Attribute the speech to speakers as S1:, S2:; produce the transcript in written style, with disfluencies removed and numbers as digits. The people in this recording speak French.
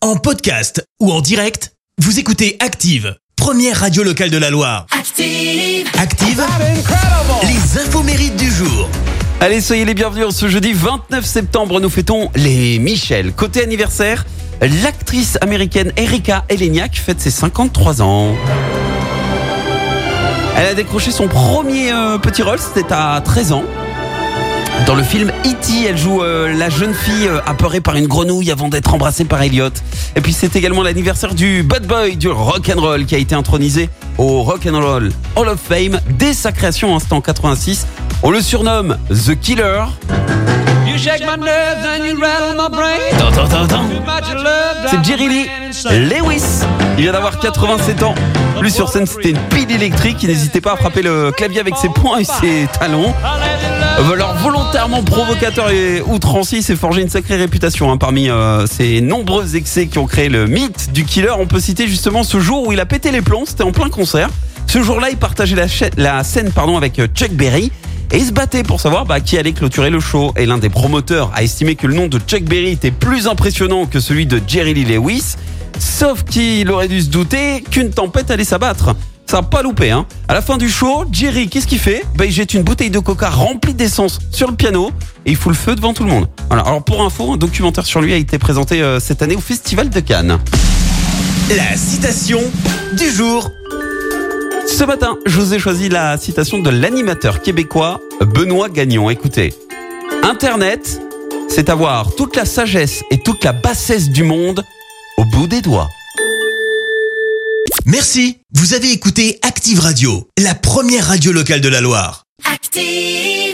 S1: En podcast ou en direct, vous écoutez Active, première radio locale de la Loire. Active, les infos mérites du jour.
S2: Allez, soyez les bienvenus. Ce jeudi 29 septembre, nous fêtons les Michel. Côté anniversaire, l'actrice américaine Erika Eleniak fête ses 53 ans. Elle a décroché son premier petit rôle, c'était à 13 ans. Dans le film E.T., elle joue la jeune fille apeurée par une grenouille avant d'être embrassée par Elliot. Et puis c'est également l'anniversaire du bad boy du rock'n'roll qui a été intronisé au Rock'n'Roll Hall of Fame dès sa création, c'était en 86. On le surnomme The Killer. C'est Jerry Lee Lewis. Il vient d'avoir 87 ans. Lui sur scène, c'était une pile électrique. Il n'hésitait pas à frapper le clavier avec ses poings et ses talons. Alors volontairement provocateur et outrancier, il s'est forgé une sacrée réputation parmi ces nombreux excès qui ont créé le mythe du killer. On peut citer justement ce jour où il a pété les plombs. C'était en plein concert. Ce jour-là, il partageait la scène avec Chuck Berry. Et il se battait pour savoir qui allait clôturer le show. Et l'un des promoteurs a estimé que le nom de Chuck Berry était plus impressionnant que celui de Jerry Lee Lewis. Sauf qu'il aurait dû se douter qu'une tempête allait s'abattre. Ça n'a pas loupé, À la fin du show, Jerry, qu'est-ce qu'il fait ? Il jette une bouteille de coca remplie d'essence sur le piano et il fout le feu devant tout le monde. Voilà. Alors pour info, un documentaire sur lui a été présenté cette année au Festival de Cannes.
S1: La citation du jour.
S2: Ce matin, je vous ai choisi la citation de l'animateur québécois Benoît Gagnon. Écoutez, Internet, c'est avoir toute la sagesse et toute la bassesse du monde au bout des doigts.
S1: Merci, vous avez écouté Active Radio, la première radio locale de la Loire.
S3: Active!